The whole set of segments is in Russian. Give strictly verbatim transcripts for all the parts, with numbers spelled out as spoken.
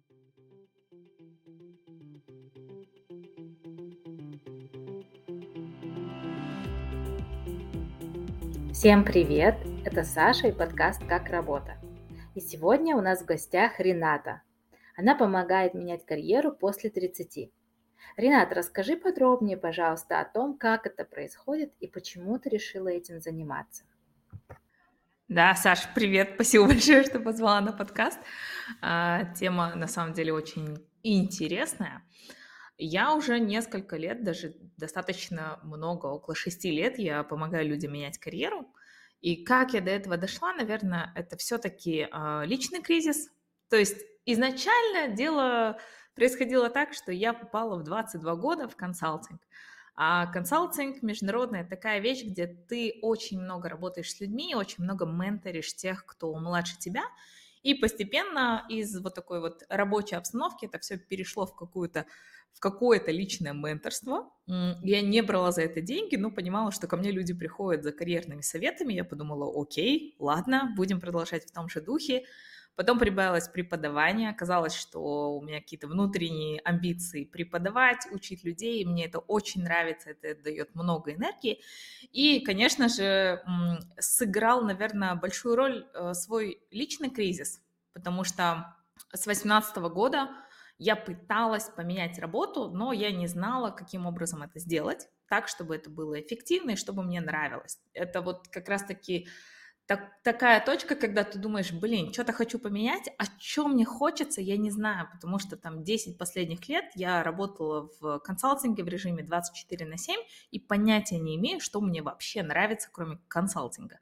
Всем привет! Это Саша и подкаст «Как работа». И сегодня у нас в гостях Рената. Она помогает менять карьеру после тридцати. Ренат, расскажи подробнее, пожалуйста, о том, как это происходит и почему ты решила этим заниматься. Да, Саш, привет, спасибо большое, что позвала на подкаст. А, тема на самом деле очень интересная. Я уже несколько лет, даже достаточно много, около шести лет, я помогаю людям менять карьеру. И как я до этого дошла, наверное, это все-таки а, личный кризис. То есть изначально дело происходило так, что я попала в двадцать два года в консалтинг. А консалтинг международная такая вещь, где ты очень много работаешь с людьми, очень много менторишь тех, кто младше тебя, и постепенно из вот такой вот рабочей обстановки это все перешло в какую-то в какое-то личное менторство. Я не брала за это деньги, но понимала, что ко мне люди приходят за карьерными советами. Я подумала, окей, ладно, будем продолжать в том же духе. Потом прибавилось преподавание. Оказалось, что у меня какие-то внутренние амбиции преподавать, учить людей. Мне это очень нравится, это дает много энергии. И, конечно же, сыграл, наверное, большую роль свой личный кризис, потому что с восемнадцатого года я пыталась поменять работу, но я не знала, каким образом это сделать, так, чтобы это было эффективно и чтобы мне нравилось. Это вот как раз-таки так, такая точка, когда ты думаешь, блин, что-то хочу поменять, а что мне хочется, я не знаю, потому что там десять последних лет я работала в консалтинге в режиме двадцать четыре на семь и понятия не имею, что мне вообще нравится, кроме консалтинга.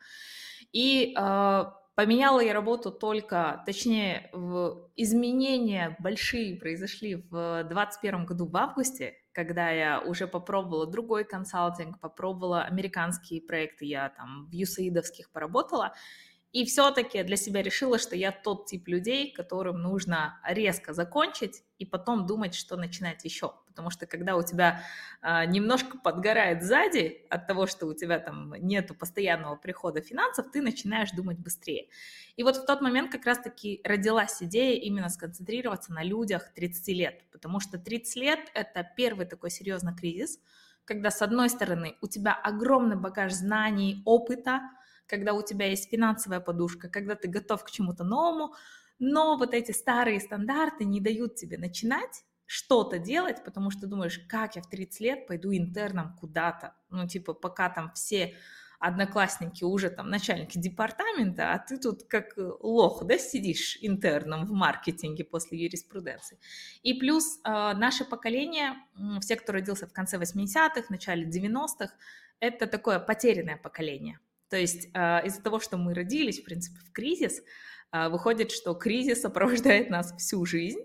И э, поменяла я работу только, точнее, в изменения большие произошли в двадцать первом году в августе, когда я уже попробовала другой консалтинг, попробовала американские проекты, я там в юсаидовских поработала, и все-таки для себя решила, что я тот тип людей, которым нужно резко закончить и потом думать, что начинать еще. Потому что когда у тебя а, немножко подгорает сзади от того, что у тебя там нету постоянного прихода финансов, ты начинаешь думать быстрее. И вот в тот момент как раз-таки родилась идея именно сконцентрироваться на людях тридцати лет. Потому что тридцать лет – это первый такой серьезный кризис, когда, с одной стороны, у тебя огромный багаж знаний, опыта, когда у тебя есть финансовая подушка, когда ты готов к чему-то новому, но вот эти старые стандарты не дают тебе начинать что-то делать, потому что думаешь, как я в тридцать лет пойду интерном куда-то, ну, типа, пока там все одноклассники уже там начальники департамента, а ты тут как лох, да, сидишь интерном в маркетинге после юриспруденции. И плюс э, наше поколение, все, кто родился в конце восьмидесятых, начале девяностых, это такое потерянное поколение. То есть э, из-за того, что мы родились, в принципе, в кризис, э, выходит, что кризис сопровождает нас всю жизнь.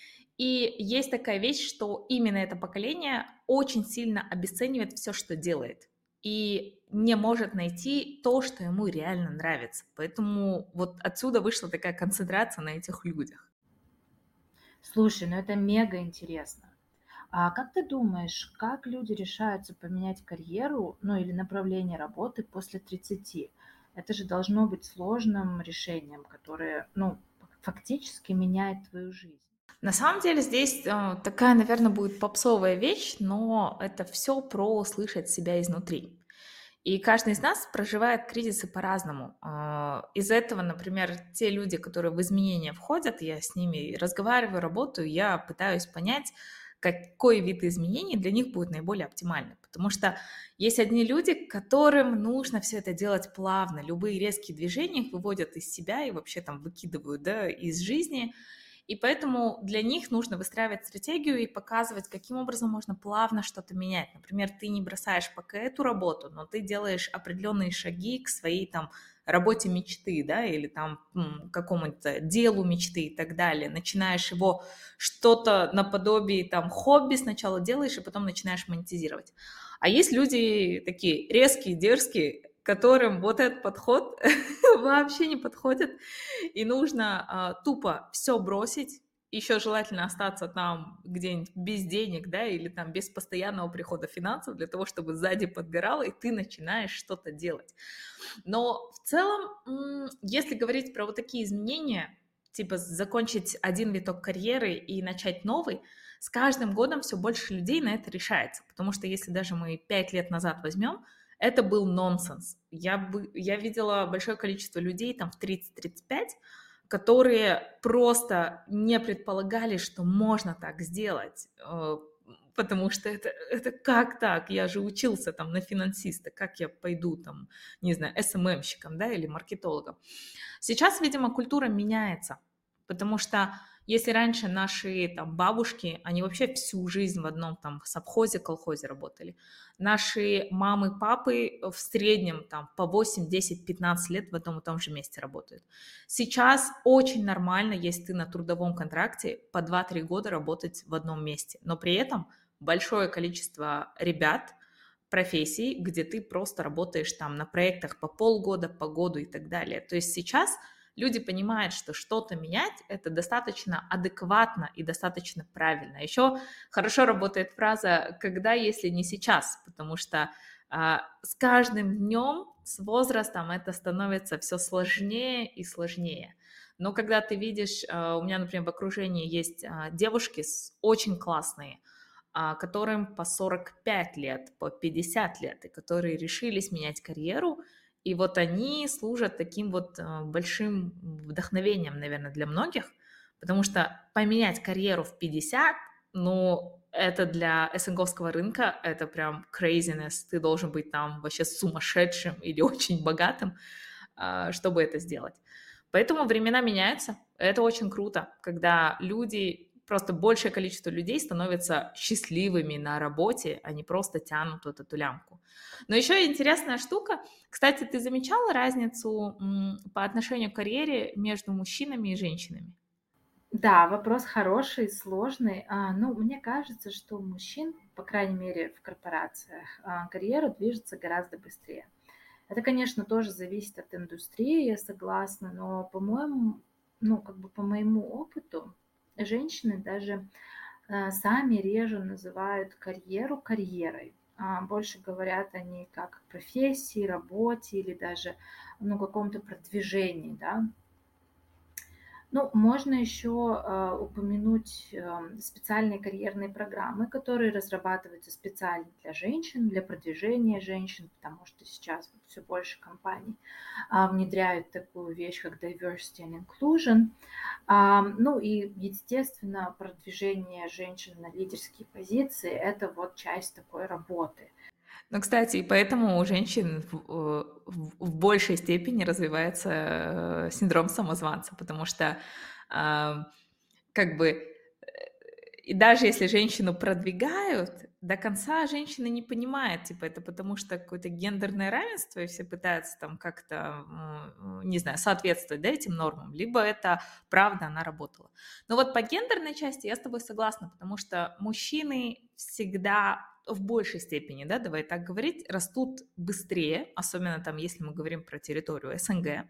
И есть такая вещь, что именно это поколение очень сильно обесценивает все, что делает. И не может найти то, что ему реально нравится. Поэтому вот отсюда вышла такая концентрация на этих людях. Слушай, ну это мега интересно. А как ты думаешь, как люди решаются поменять карьеру, ну или направление работы после тридцати? Это же должно быть сложным решением, которое, ну, фактически меняет твою жизнь. На самом деле здесь э, такая, наверное, будет попсовая вещь, но это все про слышать себя изнутри. И каждый из нас проживает кризисы по-разному. А, Из этого, например, те люди, которые в изменения входят, я с ними разговариваю, работаю, я пытаюсь понять, какой вид изменений для них будет наиболее оптимальный. Потому что есть одни люди, которым нужно все это делать плавно. Любые резкие движения их выводят из себя и вообще там выкидывают, да, из жизни. И поэтому для них нужно выстраивать стратегию и показывать, каким образом можно плавно что-то менять. Например, ты не бросаешь пока эту работу, но ты делаешь определенные шаги к своей там работе мечты, да, или там м, какому-то делу мечты и так далее. Начинаешь его что-то наподобие там хобби сначала делаешь, и потом начинаешь монетизировать. А есть люди такие резкие, дерзкие, которым вот этот подход вообще не подходит, и нужно а, тупо все бросить, еще желательно остаться там где-нибудь без денег, да, или там без постоянного прихода финансов для того, чтобы сзади подгорало, и ты начинаешь что-то делать. Но в целом, м, если говорить про вот такие изменения, типа закончить один виток карьеры и начать новый, с каждым годом все больше людей на это решается. Потому что если даже мы пять лет назад возьмем, это был нонсенс. Я, бы, я видела большое количество людей там в тридцать-тридцать пять, которые просто не предполагали, что можно так сделать, э, потому что это, это как так? Я же учился там на финансиста, как я пойду там, не знаю, эс эм эм-щиком, да, или маркетологом. Сейчас, видимо, культура меняется, потому что если раньше наши там бабушки, они вообще всю жизнь в одном там совхозе, колхозе работали, наши мамы, папы в среднем там по восемь, десять, пятнадцать лет в одном и том же месте работают. Сейчас очень нормально, если ты на трудовом контракте по два-три года работать в одном месте, но при этом большое количество ребят, профессий, где ты просто работаешь там на проектах по полгода, по году и так далее. То есть сейчас люди понимают, что что-то менять – это достаточно адекватно и достаточно правильно. Еще хорошо работает фраза «когда, если не сейчас», потому что а, с каждым днем, с возрастом это становится все сложнее и сложнее. Но когда ты видишь, а, у меня, например, в окружении есть а, девушки очень классные, которым по сорок пять лет, по пятьдесят лет, и которые решились менять карьеру, и вот они служат таким вот большим вдохновением, наверное, для многих, потому что поменять карьеру в пятьдесят, ну, это для СНГовского рынка, это прям craziness, ты должен быть там вообще сумасшедшим или очень богатым, чтобы это сделать. Поэтому времена меняются, это очень круто, когда люди... Просто большее количество людей становятся счастливыми на работе, они просто тянут вот эту лямку. Но еще интересная штука. Кстати, ты замечала разницу по отношению к карьере между мужчинами и женщинами? Да, вопрос хороший, сложный. А, ну, мне кажется, что у мужчин, по крайней мере, в корпорациях, а, карьера движется гораздо быстрее. Это, конечно, тоже зависит от индустрии, я согласна, но, по-моему, ну, как бы по моему опыту, женщины даже э, сами реже называют карьеру карьерой. А больше говорят о ней как о профессии, работе или даже, ну, каком-то продвижении, да. Ну, можно еще э, упомянуть э, специальные карьерные программы, которые разрабатываются специально для женщин, для продвижения женщин, потому что сейчас вот все больше компаний а, внедряют такую вещь, как diversity and inclusion. А, ну и, естественно, продвижение женщин на лидерские позиции – это вот часть такой работы. Ну, кстати, и поэтому у женщин в, э, в, в большей степени развивается э, синдром самозванца, потому что а, как бы э, и даже если женщину продвигают, до конца женщина не понимает, типа, это потому что какое-то гендерное равенство, и все пытаются там как-то, не знаю, соответствовать, да, этим нормам, либо это правда, она работала. Но вот по гендерной части я с тобой согласна, потому что мужчины всегда в большей степени, да, давай так говорить, растут быстрее, особенно там, если мы говорим про территорию СНГ.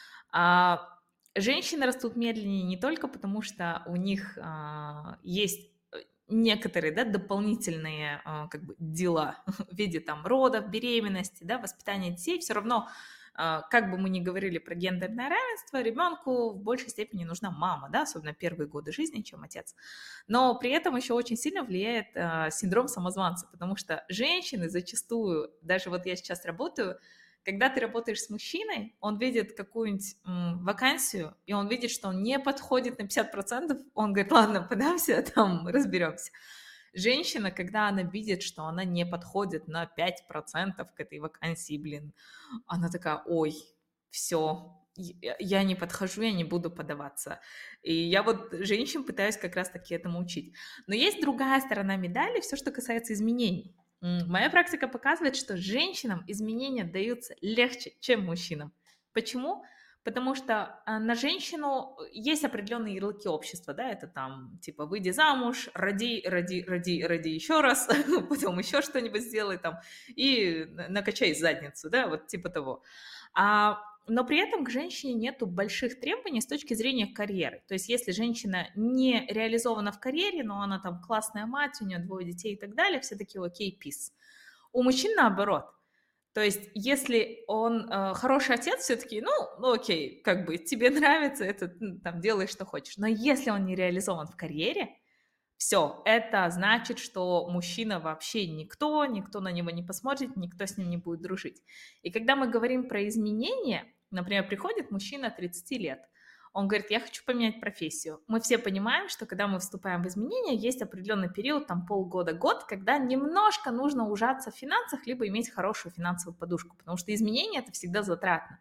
А женщины растут медленнее не только потому, что у них а, есть некоторые, да, дополнительные а, как бы дела в виде там родов, беременности, да, воспитания детей, все равно, а, как бы мы ни говорили про гендерное равенство, ребенку в большей степени нужна мама, да, особенно первые годы жизни, чем отец. Но при этом еще очень сильно влияет а, синдром самозванца, потому что женщины зачастую, даже вот я сейчас работаю, когда ты работаешь с мужчиной, он видит какую-нибудь м, вакансию, и он видит, что он не подходит на пятьдесят процентов, он говорит, ладно, подамся, там разберемся. Женщина, когда она видит, что она не подходит на пять процентов к этой вакансии, блин, она такая, ой, все, я не подхожу, я не буду подаваться. И я вот женщин пытаюсь как раз-таки этому учить. Но есть другая сторона медали, все, что касается изменений. Моя практика показывает, что женщинам изменения даются легче, чем мужчинам. Почему? Потому что на женщину есть определенные ярлыки общества, да, это там, типа, выйди замуж, роди, роди, роди, роди еще раз, потом еще что-нибудь сделай там и накачай задницу, да, вот типа того. А но при этом к женщине нету больших требований с точки зрения карьеры. То есть если женщина не реализована в карьере, но она там классная мать, у нее двое детей и так далее, все такие окей, пис. У мужчин наоборот. То есть, если он э, хороший отец, все таки, ну, ну окей, как бы тебе нравится это, м, там делай, что хочешь. Но если он не реализован в карьере, все, это значит, что мужчина вообще никто, никто на него не посмотрит, никто с ним не будет дружить. И когда мы говорим про изменения, например, приходит мужчина тридцати лет, он говорит, я хочу поменять профессию. Мы все понимаем, что когда мы вступаем в изменения, есть определенный период, там полгода, год, когда немножко нужно ужаться в финансах, либо иметь хорошую финансовую подушку, потому что изменения это всегда затратно.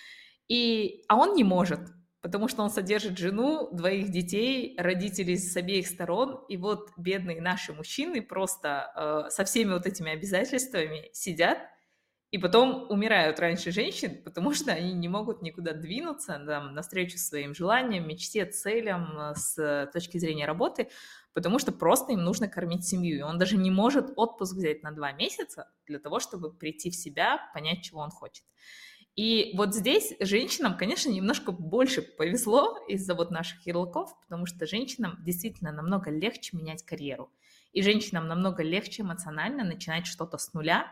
И, а он не может, потому что он содержит жену, двоих детей, родителей с обеих сторон, и вот бедные наши мужчины просто э, со всеми вот этими обязательствами сидят и потом умирают раньше женщин, потому что они не могут никуда двинуться там, навстречу своим желаниям, мечте, целям э, с точки зрения работы, потому что просто им нужно кормить семью. И он даже не может отпуск взять на два месяца для того, чтобы прийти в себя, понять, чего он хочет. И вот здесь женщинам, конечно, немножко больше повезло из-за вот наших ярлыков, потому что женщинам действительно намного легче менять карьеру. И женщинам намного легче эмоционально начинать что-то с нуля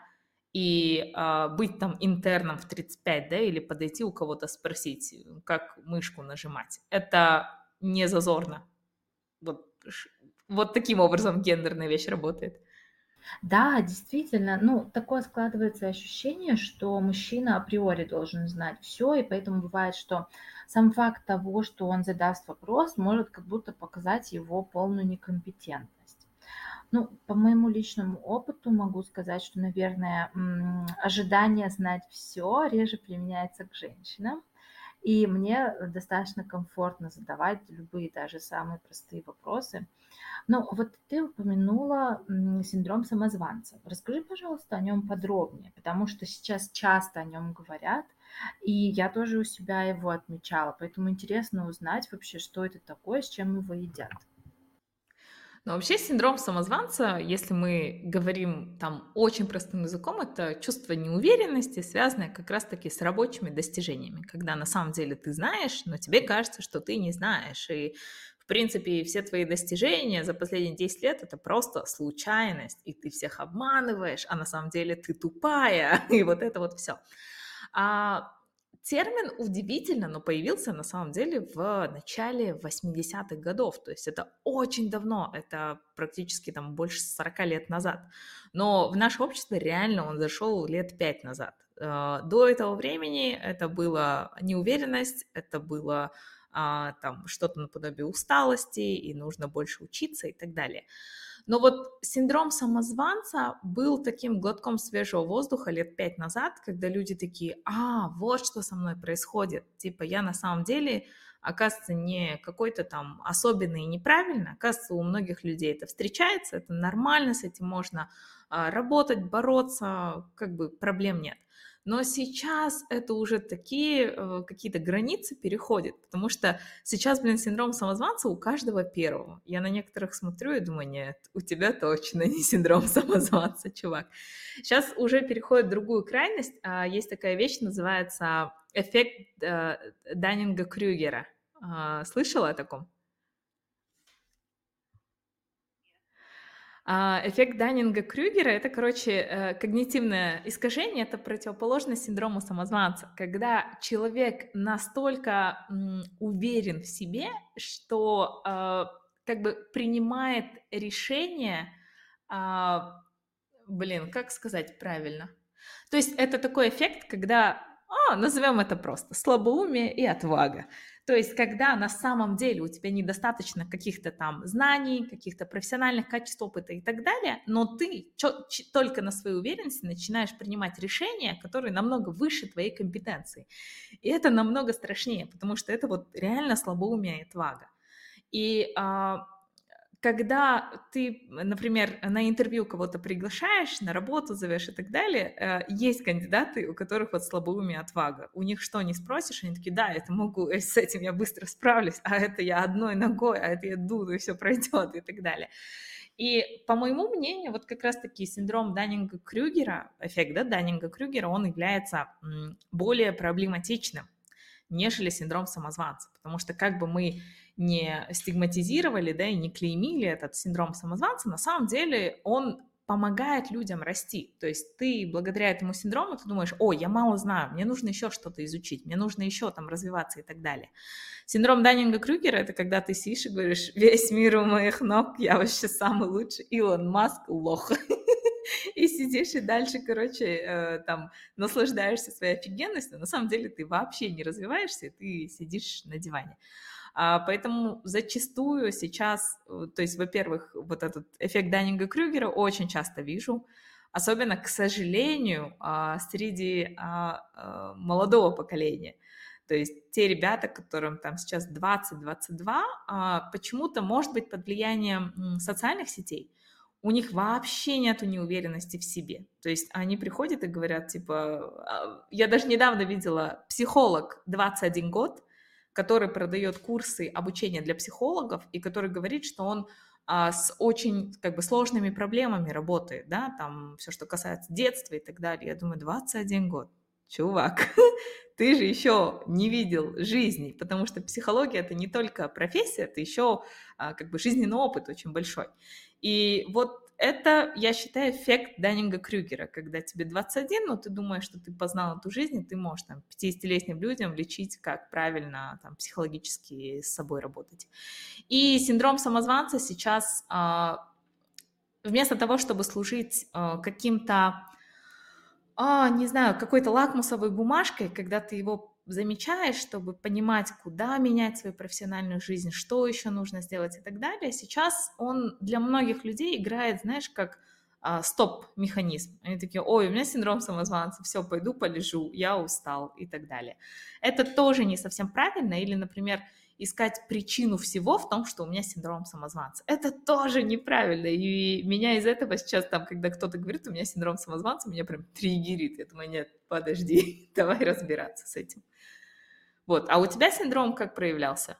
и а, быть там интерном в тридцать пять, да, или подойти у кого-то спросить, как мышку нажимать. Это не зазорно. Вот, ш- вот таким образом гендерная вещь работает. Да, действительно, ну, такое складывается ощущение, что мужчина априори должен знать все, и поэтому бывает, что сам факт того, что он задаст вопрос, может как будто показать его полную некомпетентность. Ну, по моему личному опыту могу сказать, что, наверное, м, ожидание знать все реже применяется к женщинам. И мне достаточно комфортно задавать любые, даже самые простые вопросы. Ну, вот ты упомянула м, синдром самозванца. Расскажи, пожалуйста, о нем подробнее, потому что сейчас часто о нем говорят, и я тоже у себя его отмечала, поэтому интересно узнать вообще, что это такое, с чем его едят. Но вообще синдром самозванца, если мы говорим там очень простым языком, это чувство неуверенности, связанное как раз-таки с рабочими достижениями, когда на самом деле ты знаешь, но тебе кажется, что ты не знаешь. И, в принципе, все твои достижения за последние десять лет – это просто случайность, и ты всех обманываешь, а на самом деле ты тупая, и вот это вот все. А термин удивительно, но появился на самом деле в начале восьмидесятых годов, то есть это очень давно, это практически там больше сорока лет назад. Но в наше общество реально он зашел лет пять назад. Э, До этого времени это была неуверенность, это было а, там что-то наподобие усталости, и нужно больше учиться и так далее. Но вот синдром самозванца был таким глотком свежего воздуха лет пять назад, когда люди такие, а, вот что со мной происходит. Типа я на самом деле, оказывается, не какой-то там особенный и неправильный. Оказывается, у многих людей это встречается, это нормально, с этим можно а, работать, бороться, как бы проблем нет. Но сейчас это уже такие э, какие-то границы переходят, потому что сейчас, блин, синдром самозванца у каждого первого. Я на некоторых смотрю и думаю, нет, у тебя точно не синдром самозванца, чувак. Сейчас уже переходит в другую крайность. А, Есть такая вещь, называется эффект э, Даннинга-Крюгера. А, Слышала о таком? А, Эффект Даннинга-Крюгера – это, короче, э, когнитивное искажение, это противоположность синдрому самозванца, когда человек настолько м, уверен в себе, что э, как бы принимает решение, а, блин, как сказать правильно? То есть это такой эффект, когда, а, назовем это просто, слабоумие и отвага. То есть когда на самом деле у тебя недостаточно каких-то там знаний, каких-то профессиональных качеств, опыта и так далее, но ты чё- ч- только на своей уверенности начинаешь принимать решения, которые намного выше твоей компетенции. И это намного страшнее, потому что это вот реально слабоумие и отвага. И а, когда ты, например, на интервью кого-то приглашаешь, на работу зовешь и так далее, э, есть кандидаты, у которых вот слабоумие, отвага. У них что не спросишь, они такие, да, это могу, э, с этим я быстро справлюсь, а это я одной ногой, а это я дуну, и все пройдет и так далее. И, по моему мнению, вот как раз-таки синдром Даннинга-Крюгера, эффект, да, Даннинга-Крюгера, он является м, более проблематичным, нежели синдром самозванца. Потому что как бы мы не стигматизировали, да, и не клеймили этот синдром самозванца, на самом деле он помогает людям расти. То есть ты благодаря этому синдрому, ты думаешь, о, я мало знаю, мне нужно еще что-то изучить, мне нужно еще там развиваться и так далее. Синдром Даннинга-Крюгера — это когда ты сидишь и говоришь, весь мир у моих ног, я вообще самый лучший, Илон Маск — лох. И сидишь и дальше, короче, э, там наслаждаешься своей офигенностью. На самом деле ты вообще не развиваешься, ты сидишь на диване. А, поэтому зачастую сейчас, э, то есть, во-первых, вот этот эффект Даннинга-Крюгера очень часто вижу, особенно, к сожалению, а, среди а, а, молодого поколения. То есть те ребята, которым там сейчас двадцать-двадцать два, а, почему-то, может быть, под влиянием м, социальных сетей, у них вообще нету неуверенности в себе. То есть они приходят и говорят, типа, а, я даже недавно видела психолог двадцать один год, который продает курсы обучения для психологов и который говорит, что он а, с очень как бы сложными проблемами работает, да, там все, что касается детства и так далее. Я думаю, двадцать один год, чувак, ты же еще не видел жизни, потому что психология — это не только профессия, это еще а, как бы жизненный опыт очень большой. И вот это, я считаю, эффект Даннинга-Крюгера, когда тебе двадцать один, но ты думаешь, что ты познал эту жизнь, и ты можешь там пятидесятилетним людям лечить, как правильно там психологически с собой работать. И синдром самозванца сейчас а, вместо того, чтобы служить а, каким-то, а, не знаю, какой-то лакмусовой бумажкой, когда ты его замечаешь, чтобы понимать, куда менять свою профессиональную жизнь, что еще нужно сделать и так далее, сейчас он для многих людей играет, знаешь, как а, стоп-механизм. Они такие, ой, у меня синдром самозванца, все, пойду полежу, я устал и так далее. Это тоже не совсем правильно. Или, например, искать причину всего в том, что у меня синдром самозванца. Это тоже неправильно. И меня из этого сейчас, там, когда кто-то говорит, у меня синдром самозванца, меня прям триггерит. Я думаю, нет, подожди, давай разбираться с этим. Вот. А у тебя синдром как проявлялся?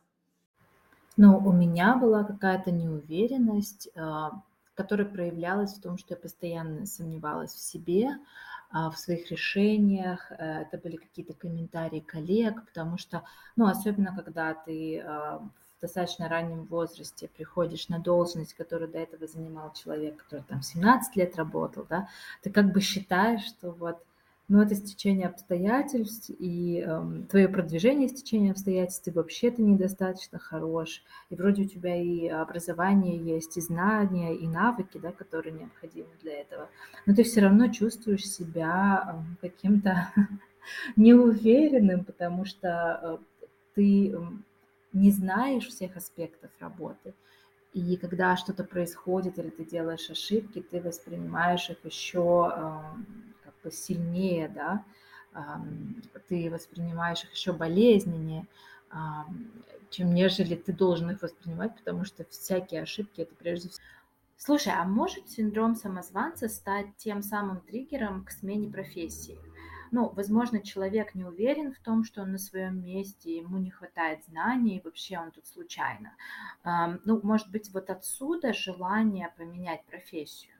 Ну, у меня была какая-то неуверенность, а, которая проявлялась в том, что я постоянно сомневалась в себе, а, в своих решениях. Э, Это были какие-то комментарии коллег, потому что, ну, особенно когда ты а, в достаточно раннем возрасте приходишь на должность, которую до этого занимал человек, который там семнадцать лет работал, да, ты как бы считаешь, что вот, ну, это стечение обстоятельств, и эм, твое продвижение стечения обстоятельств, и вообще ты недостаточно хорош, и вроде у тебя и образование есть, и знания, и навыки, да, которые необходимы для этого, но ты все равно чувствуешь себя эм, каким-то неуверенным, потому что э, ты м, не знаешь всех аспектов работы. И когда что-то происходит или ты делаешь ошибки, ты воспринимаешь их еще эм, как бы сильнее, да, ам, ты воспринимаешь их еще болезненнее, ам, чем нежели ты должен их воспринимать, потому что всякие ошибки — это прежде всего. Слушай, а может синдром самозванца стать тем самым триггером к смене профессии? Ну, возможно, человек не уверен в том, что он на своем месте, ему не хватает знаний, и вообще он тут случайно. Ам, Ну, может быть, вот отсюда желание поменять профессию.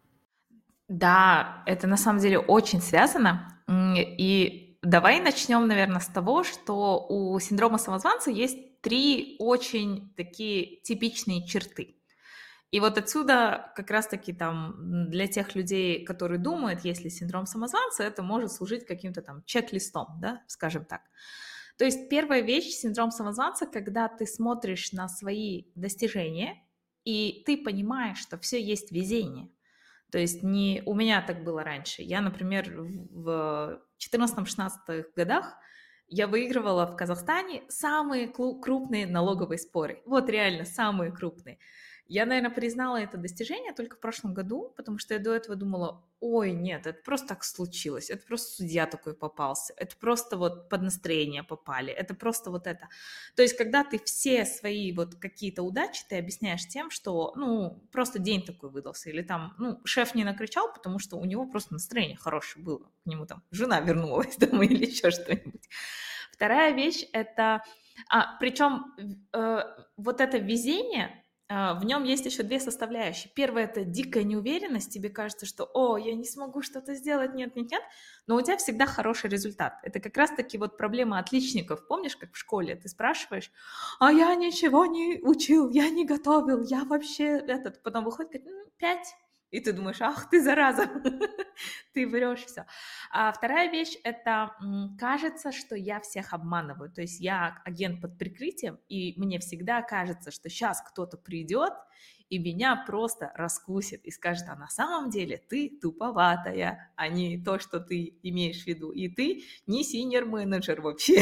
Да, это на самом деле очень связано. М, И давай начнем, наверное, с того, что у синдрома самозванца есть три очень такие типичные черты. И вот отсюда как раз-таки там м, для тех людей, которые думают, есть ли синдром самозванца, это может служить каким-то там чек-листом, да, скажем так. То есть первая вещь — синдром самозванца, когда ты смотришь на свои достижения, и ты понимаешь, что все есть везение. То есть не у меня так было раньше. Я, например, в четырнадцатом-шестнадцатых годах я выигрывала в Казахстане самые клу- крупные налоговые споры. Вот реально самые крупные. Я, наверное, признала это достижение только в прошлом году, потому что я до этого думала, ой, нет, это просто так случилось, это просто судья такой попался, это просто вот под настроение попали, это просто вот это. То есть, когда ты все свои вот какие-то удачи, ты объясняешь тем, что, ну, просто день такой выдался, или там, ну, шеф не накричал, потому что у него просто настроение хорошее было, к нему там жена вернулась домой или еще что-нибудь. Вторая вещь — это, а, причем э, вот это везение, а, в нем есть еще две составляющие. Первая — это дикая неуверенность, тебе кажется, что, о, я не смогу что-то сделать, нет, нет, нет, но у тебя всегда хороший результат. Это как раз-таки вот проблема отличников. Помнишь, как в школе ты спрашиваешь, а я ничего не учил, я не готовил, я вообще этот, потом выходит, говорит, «М, пять. И ты думаешь, ах ты, зараза, ты врешь все. А вторая вещь — это м, кажется, что я всех обманываю. То есть я агент под прикрытием, и мне всегда кажется, что сейчас кто-то придет и меня просто раскусит и скажет, а на самом деле ты туповатая, а не то, что ты имеешь в виду. И ты не синьор-менеджер вообще,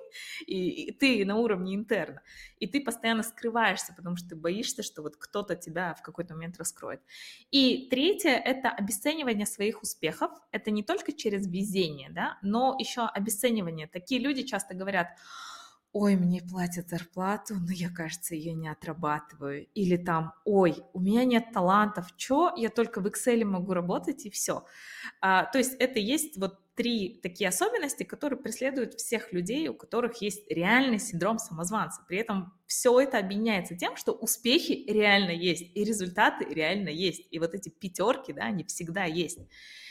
и, и ты на уровне интерна. И ты постоянно скрываешься, потому что ты боишься, что вот кто-то тебя в какой-то момент раскроет. И третье — это обесценивание своих успехов. Это не только через везение, да, но еще обесценивание. Такие люди часто говорят, ой, мне платят зарплату, но я, кажется, ее не отрабатываю. Или там, ой, у меня нет талантов, что, я только в Excel могу работать и все. А, то есть это есть вот три такие особенности, которые преследуют всех людей, у которых есть реальный синдром самозванца. При этом все это объединяется тем, что успехи реально есть, и результаты реально есть. И вот эти пятерки, да, они всегда есть.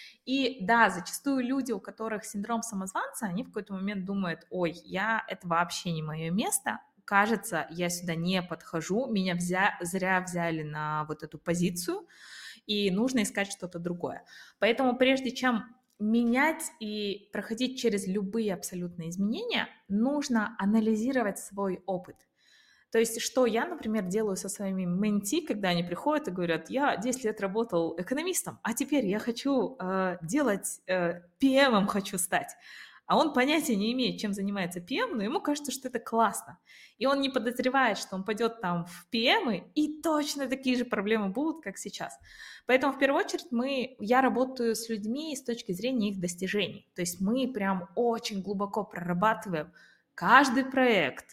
И да, зачастую люди, у которых синдром самозванца, они в какой-то момент думают, ой, я, это вообще не мое место, кажется, я сюда не подхожу, меня взя, зря взяли на вот эту позицию, и нужно искать что-то другое. Поэтому прежде чем менять и проходить через любые абсолютные изменения, нужно анализировать свой опыт. То есть, что я, например, делаю со своими менти, когда они приходят и говорят, я десять лет работал экономистом, а теперь я хочу э, делать, э, пи эм хочу стать. А он понятия не имеет, чем занимается пи эм, но ему кажется, что это классно. И он не подозревает, что он пойдет там в пи эм, и точно такие же проблемы будут, как сейчас. Поэтому, в первую очередь, мы, я работаю с людьми с точки зрения их достижений. То есть мы прям очень глубоко прорабатываем каждый проект,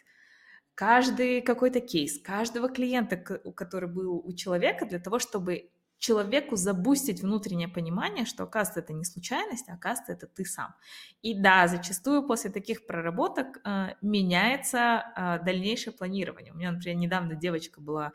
каждый какой-то кейс, каждого клиента, который был у человека, для того, чтобы человеку забустить внутреннее понимание, что, оказывается, это не случайность, а оказывается, это ты сам. И да, зачастую после таких проработок э, меняется э, дальнейшее планирование. У меня, например, недавно девочка была,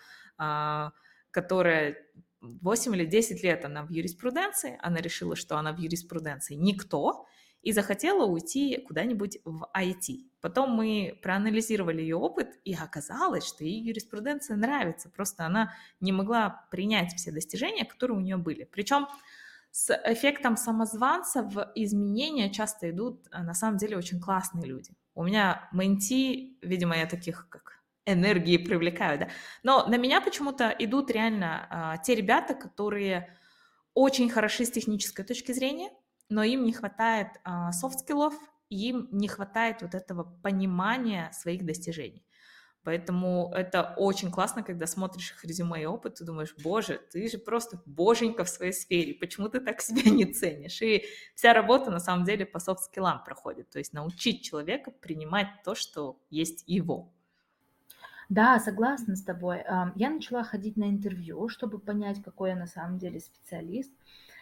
э, которая восемь или десять лет она в юриспруденции, она решила, что она в юриспруденции никто, и захотела уйти куда-нибудь в ай ти. Потом мы проанализировали ее опыт, и оказалось, что ей юриспруденция нравится, просто она не могла принять все достижения, которые у нее были. Причем с эффектом самозванца в изменения часто идут, на самом деле, очень классные люди. У меня менти, видимо, я таких как энергии привлекаю, да, но на меня почему-то идут реально а, те ребята, которые очень хороши с технической точки зрения, но им не хватает софт-скиллов, им не хватает вот этого понимания своих достижений. Поэтому это очень классно, когда смотришь их резюме и опыт, ты думаешь, боже, ты же просто боженька в своей сфере, почему ты так себя не ценишь? И вся работа на самом деле по софт-скиллам проходит, то есть научить человека принимать то, что есть его. Да, согласна с тобой. Ам, Я начала ходить на интервью, чтобы понять, какой я на самом деле специалист.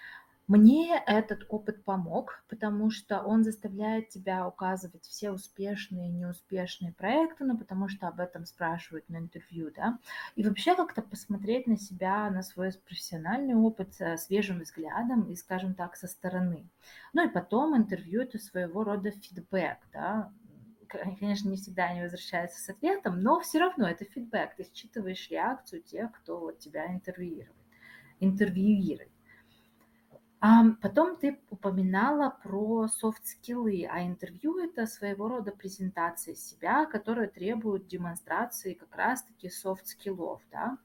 Мне этот опыт помог, потому что он заставляет тебя указывать все успешные и неуспешные проекты, ну, потому что об этом спрашивают на интервью, да, и вообще как-то посмотреть на себя, на свой профессиональный опыт э, свежим взглядом и, скажем так, со стороны. Ну и потом интервью — это своего рода фидбэк, да. Конечно, не всегда они возвращаются с ответом, но все равно это фидбэк. Ты считываешь реакцию тех, кто вот тебя интервьюирует. интервьюирует. А потом ты упоминала про софт-скиллы, а интервью — это своего рода презентация себя, которая требует демонстрации как раз-таки софт-скиллов, да?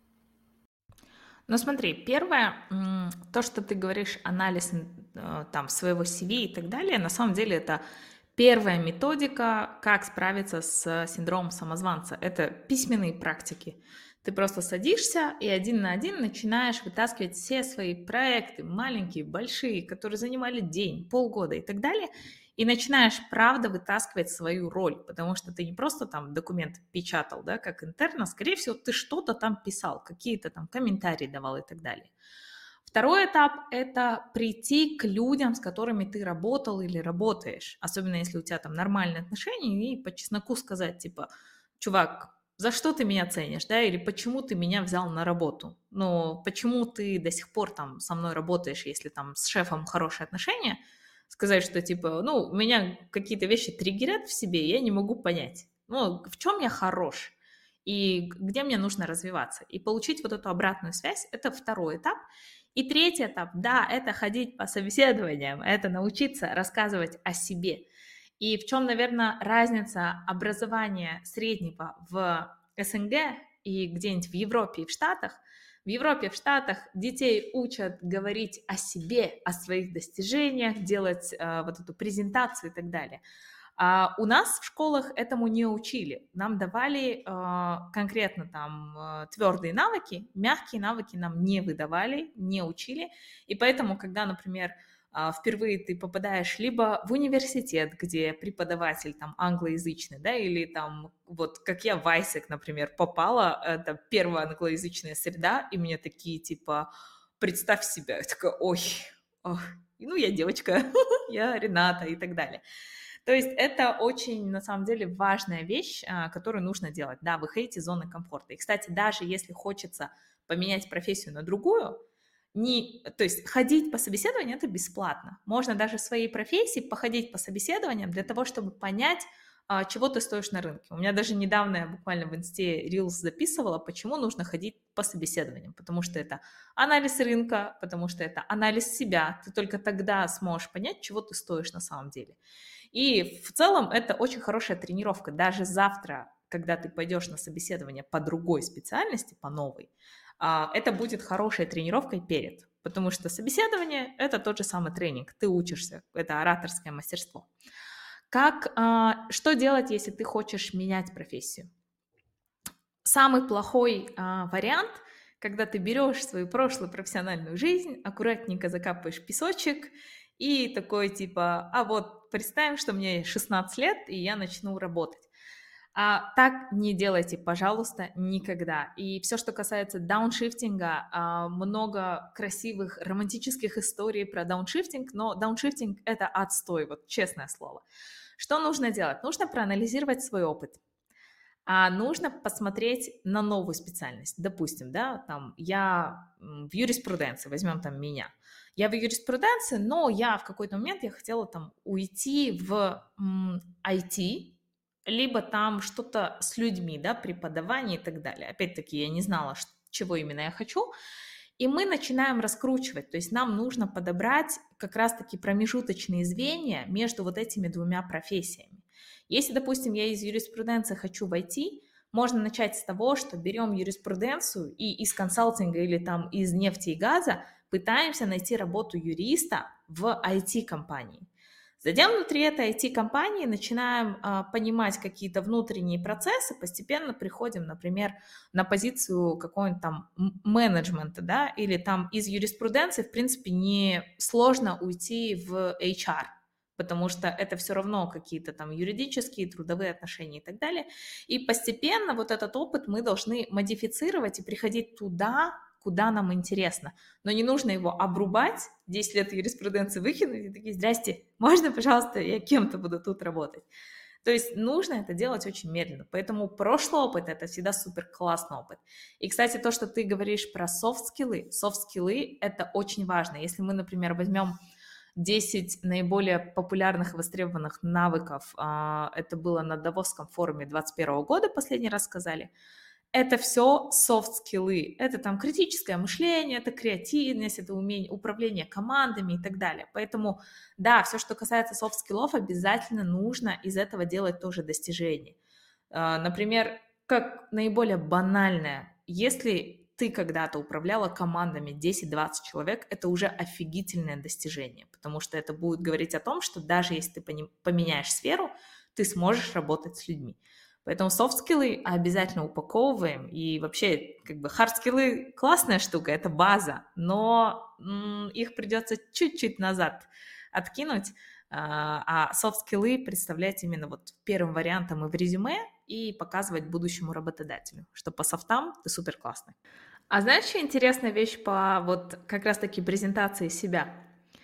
Ну смотри, первое, то, что ты говоришь, анализ э, там своего си ви и так далее, на самом деле это первая методика, как справиться с синдромом самозванца. Это письменные практики. Ты просто садишься и один на один начинаешь вытаскивать все свои проекты, маленькие, большие, которые занимали день, полгода и так далее, и начинаешь, правда, вытаскивать свою роль, потому что ты не просто там документ печатал, да, как интерн, а, скорее всего, ты что-то там писал, какие-то там комментарии давал и так далее. Второй этап – это прийти к людям, с которыми ты работал или работаешь, особенно если у тебя там нормальные отношения, и по чесноку сказать, типа, чувак, за что ты меня ценишь, да, или почему ты меня взял на работу, ну, почему ты до сих пор там со мной работаешь, если там с шефом хорошие отношения, сказать, что типа, ну, меня какие-то вещи триггерят в себе, я не могу понять, ну, в чем я хорош, и где мне нужно развиваться. И получить вот эту обратную связь – это второй этап. И третий этап, да, это ходить по собеседованиям, это научиться рассказывать о себе. И в чем, наверное, разница образования среднего в СНГ и где-нибудь в Европе и в Штатах? В Европе, в Штатах детей учат говорить о себе, о своих достижениях, делать э, вот эту презентацию и так далее. А у нас в школах этому не учили. Нам давали э, конкретно там э, твердые навыки, мягкие навыки нам не выдавали, не учили. И поэтому, когда, например, э, впервые ты попадаешь либо в университет, где преподаватель там англоязычный, да, или там вот как я в Айсек, например, попала, это первая англоязычная среда, и мне такие типа, представь себя, я такая, ой, ох, ну я девочка, я Рената и так далее. То есть это очень, на самом деле, важная вещь, которую нужно делать. Да, выходить из зоны комфорта. И, кстати, даже если хочется поменять профессию на другую, не, то есть ходить по собеседованию – это бесплатно. Можно даже в своей профессии походить по собеседованиям для того, чтобы понять, чего ты стоишь на рынке. У меня даже недавно я буквально в инсте Reels записывала, почему нужно ходить по собеседованиям. Потому что это анализ рынка, потому что это анализ себя. Ты только тогда сможешь понять, чего ты стоишь на самом деле. И в целом это очень хорошая тренировка. Даже завтра, когда ты пойдешь на собеседование по другой специальности, по новой, это будет хорошей тренировкой перед. Потому что собеседование – это тот же самый тренинг. Ты учишься, это ораторское мастерство. Как, что делать, если ты хочешь менять профессию? Самый плохой вариант – когда ты берешь свою прошлую профессиональную жизнь, аккуратненько закапываешь песочек и такой типа, а вот представим, что мне шестнадцать лет, и я начну работать. А, так не делайте, пожалуйста, никогда. И все, что касается дауншифтинга, а, много красивых романтических историй про дауншифтинг, но дауншифтинг – это отстой, вот честное слово. Что нужно делать? Нужно проанализировать свой опыт. А нужно посмотреть на новую специальность. Допустим, да, там я в юриспруденции, возьмем там меня. Я в юриспруденции, но я в какой-то момент я хотела там уйти в м, ай ти, либо там что-то с людьми, да, преподавание и так далее. Опять-таки я не знала, чего именно я хочу. И мы начинаем раскручивать, то есть нам нужно подобрать как раз-таки промежуточные звенья между вот этими двумя профессиями. Если, допустим, я из юриспруденции хочу войти, можно начать с того, что берем юриспруденцию и из консалтинга или там из нефти и газа пытаемся найти работу юриста в ай ти-компании. Затем внутри этой ай ти-компании начинаем а, понимать какие-то внутренние процессы, постепенно приходим, например, на позицию какого-нибудь там менеджмента, да, или там из юриспруденции, в принципе, не сложно уйти в эйч ар, потому что это все равно какие-то там юридические, трудовые отношения и так далее. И постепенно вот этот опыт мы должны модифицировать и приходить туда, куда нам интересно. Но не нужно его обрубать, десять лет юриспруденции выкинуть и такие, здрасте, можно, пожалуйста, я кем-то буду тут работать. То есть нужно это делать очень медленно. Поэтому прошлый опыт – это всегда супер классный опыт. И, кстати, то, что ты говоришь про софт-скиллы, софт-скиллы – это очень важно. Если мы, например, возьмем десять наиболее популярных и востребованных навыков, это было на Давосском форуме двадцать первого года, последний раз сказали, это все софт-скиллы, это там критическое мышление, это креативность, это умение управление командами и так далее. Поэтому, да, все, что касается софт-скиллов, обязательно нужно из этого делать тоже достижение. Например, как наиболее банальное, если ты когда-то управляла командами десять-двадцать человек, это уже офигительное достижение, потому что это будет говорить о том, что даже если ты поменяешь сферу, ты сможешь работать с людьми. Поэтому софт-скиллы обязательно упаковываем, и вообще как бы хард-скиллы классная штука, это база, но м, их придется чуть-чуть назад откинуть, а софт-скиллы представлять именно вот первым вариантом и в резюме и показывать будущему работодателю, что по софтам ты супер классный. А знаешь, еще интересная вещь по вот как раз-таки презентации себя?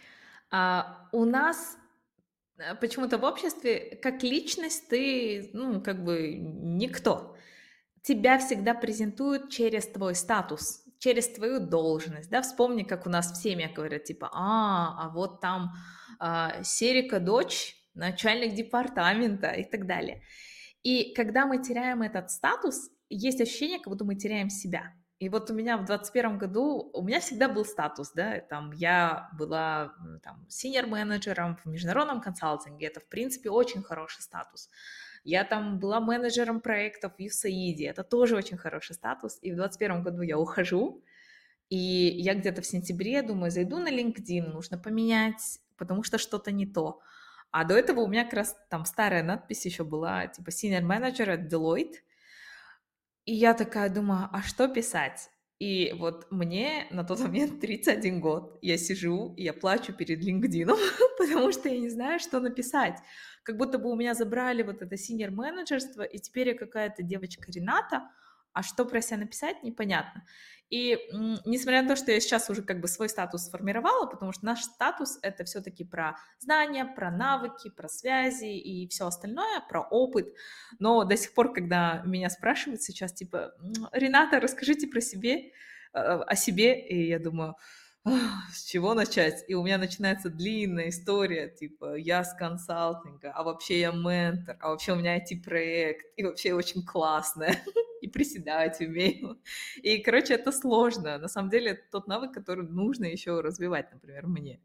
А, у нас почему-то в обществе как личность ты, ну, как бы никто. Тебя всегда презентуют через твой статус, через твою должность, да, вспомни, как у нас в семьях говорят, типа, а, а вот там а, Серика дочь, начальник департамента и так далее. И когда мы теряем этот статус, есть ощущение, как будто мы теряем себя. И вот у меня в двадцать первом году, у меня всегда был статус, да, там я была м, там синьор-менеджером в международном консалтинге, это, в принципе, очень хороший статус. Я там была менеджером проектов в ЮСАИДе, это тоже очень хороший статус. И в двадцать первом году я ухожу, и я где-то в сентябре думаю, зайду на LinkedIn, нужно поменять, потому что что-то не то. А до этого у меня как раз там старая надпись еще была, типа senior manager at Deloitte. И я такая думаю, а что писать? И вот мне на тот момент тридцать один год. Я сижу, и я плачу перед LinkedIn, потому что я не знаю, что написать. Как будто бы у меня забрали вот это senior менеджерство, и теперь я какая-то девочка Рената, а что про себя написать, непонятно. И м, несмотря на то, что я сейчас уже как бы свой статус сформировала, потому что наш статус — это все-таки про знания, про навыки, про связи и все остальное, про опыт. Но до сих пор, когда меня спрашивают сейчас, типа, «М, Рената, расскажите про себе, э, о себе», и я думаю, «Ах, с чего начать? И у меня начинается длинная история, типа, я с консалтинга, а вообще я ментор, а вообще у меня ай ти-проект, и вообще я очень классная, и приседать умею. И, короче, это сложно. На самом деле, это тот навык, который нужно еще развивать, например, мне.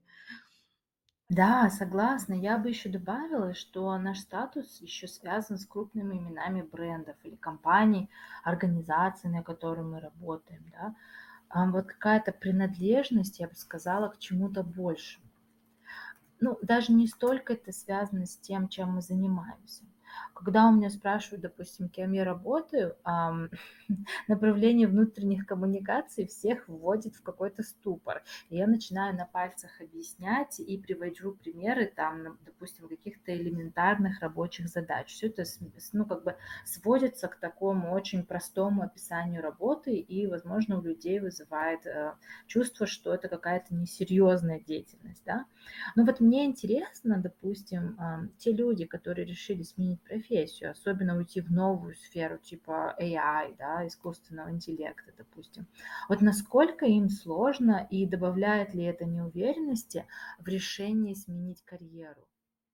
Да, согласна. Я бы еще добавила, что наш статус еще связан с крупными именами брендов или компаний, организаций, на которые мы работаем, да. А вот какая-то принадлежность, я бы сказала, к чему-то большему. Ну, даже не столько это связано с тем, чем мы занимаемся. Когда у меня спрашивают, допустим, кем я работаю, ам, направление внутренних коммуникаций всех вводит в какой-то ступор. И я начинаю на пальцах объяснять и привожу примеры, там, на- допустим, каких-то элементарных рабочих задач. Все это, с- с- ну, как бы сводится к такому очень простому описанию работы и, возможно, у людей вызывает э, чувство, что это какая-то несерьезная деятельность, да. Ну вот мне интересно, допустим, ам, те люди, которые решили сменить профессию, особенно уйти в новую сферу типа эй ай, да, искусственного интеллекта, допустим. Вот насколько им сложно и добавляет ли это неуверенности в решении сменить карьеру?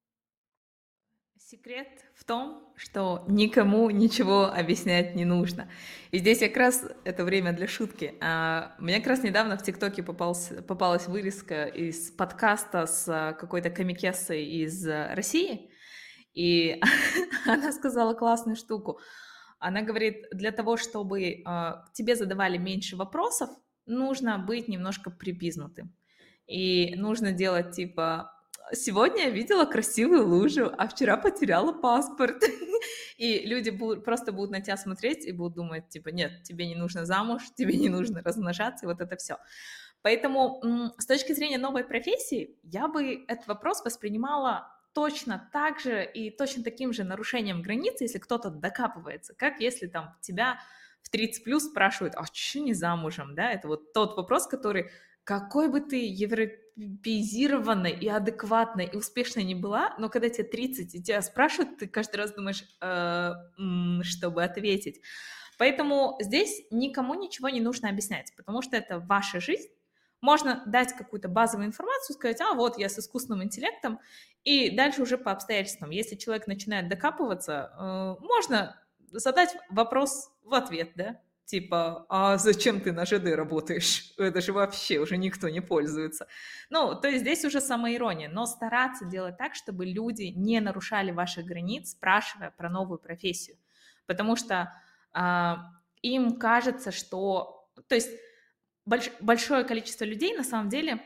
Секрет в том, что никому ничего объяснять не нужно. И здесь как раз это время для шутки. А, Мне как раз недавно в ТикТоке попался, попалась вырезка из подкаста с а, какой-то комикессой из а, России, и она сказала классную штуку. Она говорит, для того, чтобы а, к тебе задавали меньше вопросов, нужно быть немножко припизнутым. И нужно делать типа сегодня я видела красивую лужу, а вчера потеряла паспорт. И люди будут, просто будут на тебя смотреть и будут думать, типа, нет, тебе не нужно замуж, тебе не нужно размножаться, и вот это все. Поэтому м, с точки зрения новой профессии, я бы этот вопрос воспринимала точно так же и точно таким же нарушением границ, если кто-то докапывается, как если там тебя в тридцать плюс спрашивают, а что не замужем, да, это вот тот вопрос, который, какой бы ты европеизированной и адекватной и успешной не была, но когда тебе тридцать и тебя спрашивают, ты каждый раз думаешь, «Э, м, чтобы ответить. Поэтому здесь никому ничего не нужно объяснять, потому что это ваша жизнь. Можно дать какую-то базовую информацию, сказать, а вот я с искусственным интеллектом, и дальше уже по обстоятельствам. Если человек начинает докапываться, э, можно задать вопрос в ответ, да, типа, а зачем ты на ЖД работаешь? Это же вообще уже никто не пользуется. Ну, то есть здесь уже самоирония, но стараться делать так, чтобы люди не нарушали ваших границ, спрашивая про новую профессию. Потому что а, им кажется, что... То есть больш- большое количество людей на самом деле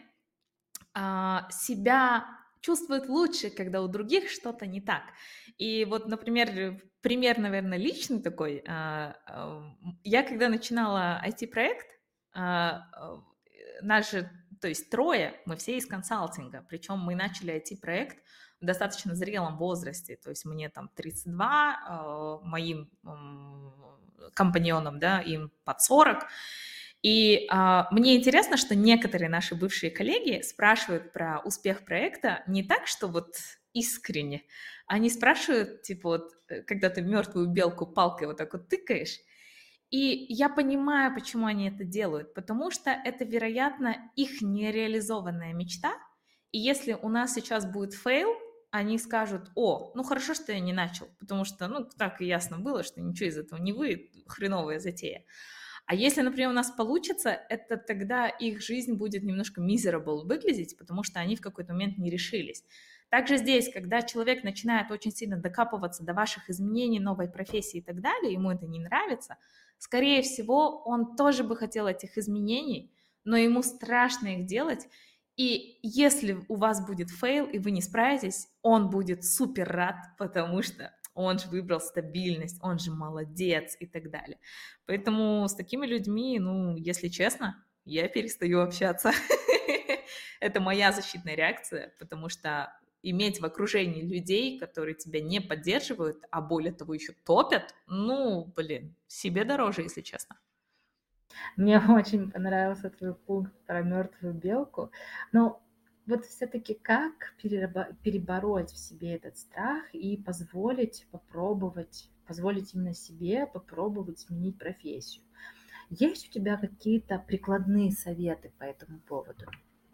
а, себя чувствуют лучше, когда у других что-то не так. И вот, например, пример, наверное, личный такой. а, а, Я когда начинала ай ти-проект, а, а, нас же, то есть трое, мы все из консалтинга, причем мы начали ай ти-проект в достаточно зрелом возрасте, то есть мне там тридцать два, а, моим м, компаньонам, да, им под сорок, и а, мне интересно, что некоторые наши бывшие коллеги спрашивают про успех проекта не так, что вот искренне. Они спрашивают, типа вот, э, когда ты мертвую белку палкой вот так вот тыкаешь. И я понимаю, почему они это делают, потому что это, вероятно, их нереализованная мечта. И если у нас сейчас будет фейл, они скажут, о, ну хорошо, что я не начал, потому что, ну, так и ясно было, что ничего из этого не выйдет, хреновая затея. А если, например, у нас получится, это тогда их жизнь будет немножко miserable выглядеть, потому что они в какой-то момент не решились. Также здесь, когда человек начинает очень сильно докапываться до ваших изменений, новой профессии и так далее, ему это не нравится, скорее всего, он тоже бы хотел этих изменений, но ему страшно их делать. И если у вас будет фейл, и вы не справитесь, он будет супер рад, потому что он же выбрал стабильность, он же молодец и так далее. Поэтому с такими людьми, ну, если честно, я перестаю общаться. Это моя защитная реакция, потому что иметь в окружении людей, которые тебя не поддерживают, а более того еще топят, ну, блин, себе дороже, если честно. Мне очень понравился твой пункт про мертвую белку. Но вот все-таки как перебо- перебороть в себе этот страх и позволить попробовать, позволить именно себе попробовать сменить профессию? Есть у тебя какие-то прикладные советы по этому поводу?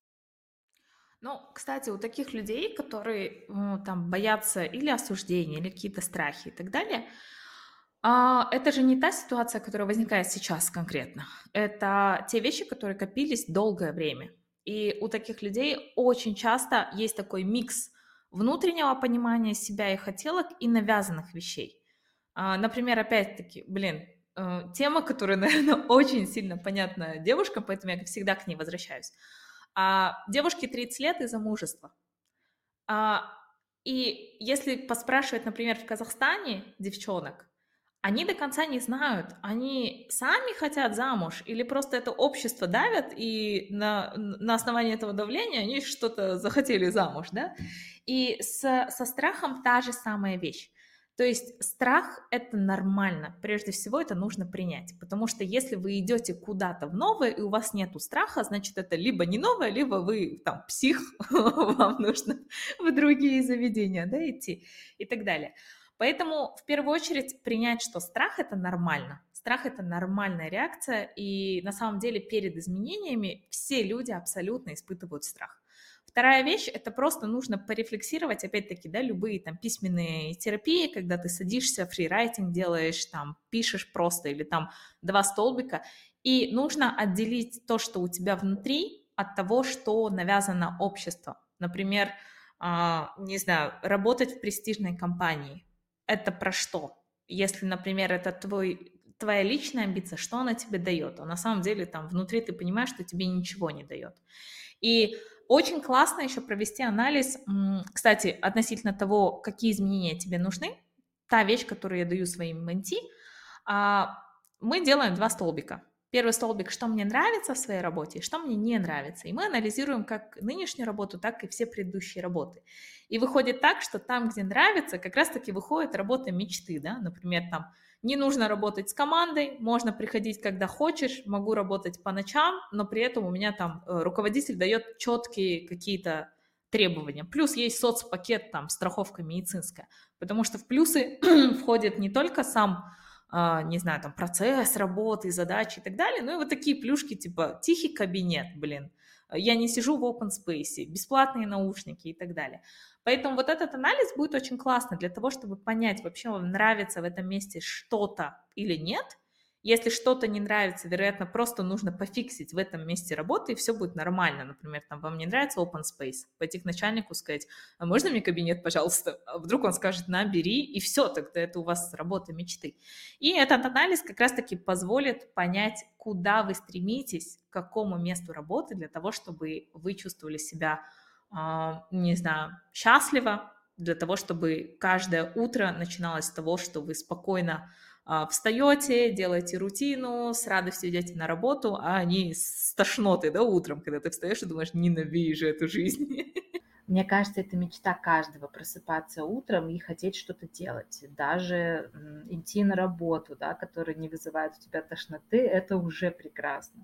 Ну, кстати, у таких людей, которые ну, там боятся или осуждения, или какие-то страхи и так далее, а, это же не та ситуация, которая возникает сейчас конкретно. Это те вещи, которые копились долгое время. И у таких людей очень часто есть такой микс внутреннего понимания себя и хотелок и навязанных вещей. А, Например, опять-таки, блин, э, тема, которая, наверное, очень сильно понятна девушкам, поэтому я всегда к ней возвращаюсь. А, Девушке тридцать лет из-за мужества. А, И если поспрашивать, например, в Казахстане девчонок, они до конца не знают, они сами хотят замуж или просто это общество давят, и на, на основании этого давления они что-то захотели замуж, да? И с, со страхом та же самая вещь. То есть страх – это нормально. Прежде всего это нужно принять. Потому что если вы идете куда-то в новое, и у вас нету страха, значит, это либо не новое, либо вы там псих, вам нужно в другие заведения, да, идти и так далее. Поэтому в первую очередь принять, что страх – это нормально. Страх – это нормальная реакция, и на самом деле перед изменениями все люди абсолютно испытывают страх. Вторая вещь – это просто нужно порефлексировать, опять-таки, да, любые там письменные терапии, когда ты садишься, фрирайтинг делаешь, там, пишешь просто или там два столбика, и нужно отделить то, что у тебя внутри, от того, что навязано обществом. Например, а, не знаю, работать в престижной компании. Это про что? Если, например, это твой, твоя личная амбиция, что она тебе дает? А на самом деле там внутри ты понимаешь, что тебе ничего не дает. И очень классно еще провести анализ, кстати, относительно того, какие изменения тебе нужны. Та вещь, которую я даю своим менти, а, мы делаем два столбика. Первый столбик, что мне нравится в своей работе, что мне не нравится. И мы анализируем как нынешнюю работу, так и все предыдущие работы. И выходит так, что там, где нравится, как раз-таки выходит работа мечты, да, например, там не нужно работать с командой, можно приходить, когда хочешь, могу работать по ночам, но при этом у меня там э, руководитель дает четкие какие-то требования. Плюс есть соцпакет, там, страховка медицинская, потому что в плюсы входит не только сам а, не знаю, там, процесс работы, задачи и так далее. Ну и вот такие плюшки, типа тихий кабинет, блин, я не сижу в open space, бесплатные наушники и так далее. Поэтому вот этот анализ будет очень классно для того, чтобы понять, вообще вам нравится в этом месте что-то или нет. Если что-то не нравится, вероятно, просто нужно пофиксить в этом месте работы, и все будет нормально. Например, там вам не нравится open space, пойти к начальнику сказать, а можно мне кабинет, пожалуйста? А вдруг он скажет, на, бери, и все, тогда это у вас работа мечты. И этот анализ как раз-таки позволит понять, куда вы стремитесь, к какому месту работы, для того, чтобы вы чувствовали себя, а, не знаю, счастливо, для того, чтобы каждое утро начиналось с того, что вы спокойно а, встаете, делаете рутину, с радостью идете на работу, а не с тошнотой, да, утром, когда ты встаешь и думаешь, ненавижу эту жизнь. Мне кажется, это мечта каждого просыпаться утром и хотеть что-то делать. Даже м, идти на работу, да, которая не вызывает у тебя тошноты, это уже прекрасно.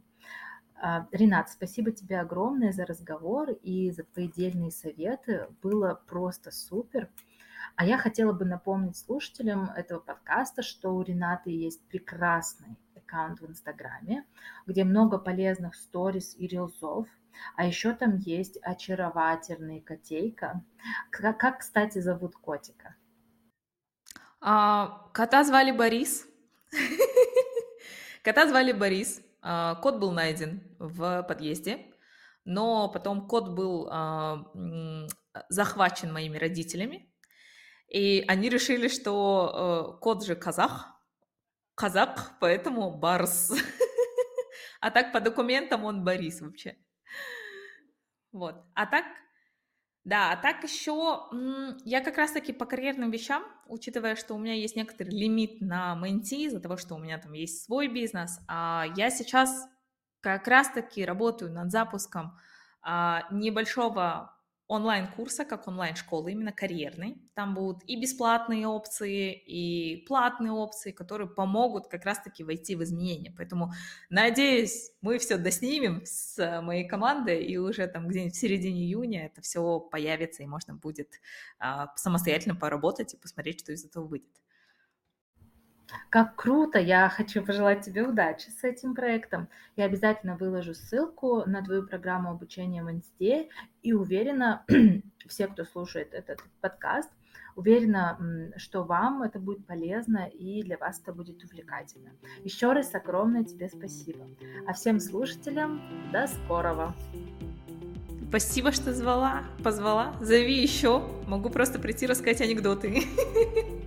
А, Ренат, спасибо тебе огромное за разговор и за твои дельные советы. Было просто супер. А я хотела бы напомнить слушателям этого подкаста, что у Ренаты есть прекрасный аккаунт в Инстаграме, где много полезных сториз и рилсов. А еще там есть очаровательный котейка. Как, как, кстати, зовут котика? А, кота звали Борис. Кота звали Борис. а, Кот был найден в подъезде, но потом кот был а, м, захвачен моими родителями, и они решили, что э, кот же казах, казак, поэтому Барс. А так по документам он Борис вообще. Вот. А так, да, а так еще я как раз-таки по карьерным вещам, учитывая, что у меня есть некоторый лимит на менти из-за того, что у меня там есть свой бизнес, а я сейчас как раз-таки работаю над запуском а, небольшого онлайн-курса, как онлайн-школы, именно карьерный. Там будут и бесплатные опции, и платные опции, которые помогут как раз-таки войти в изменения. Поэтому, надеюсь, мы все доснимем с моей командой, и уже там где-нибудь в середине июня это все появится, и можно будет а, самостоятельно поработать и посмотреть, что из этого выйдет. Как круто! Я хочу пожелать тебе удачи с этим проектом. Я обязательно выложу ссылку на твою программу обучения в Инсте и уверена, все, кто слушает этот подкаст, уверена, что вам это будет полезно и для вас это будет увлекательно. Еще раз огромное тебе спасибо. А всем слушателям до скорого! Спасибо, что звала, позвала. Зови еще. Могу просто прийти рассказать анекдоты.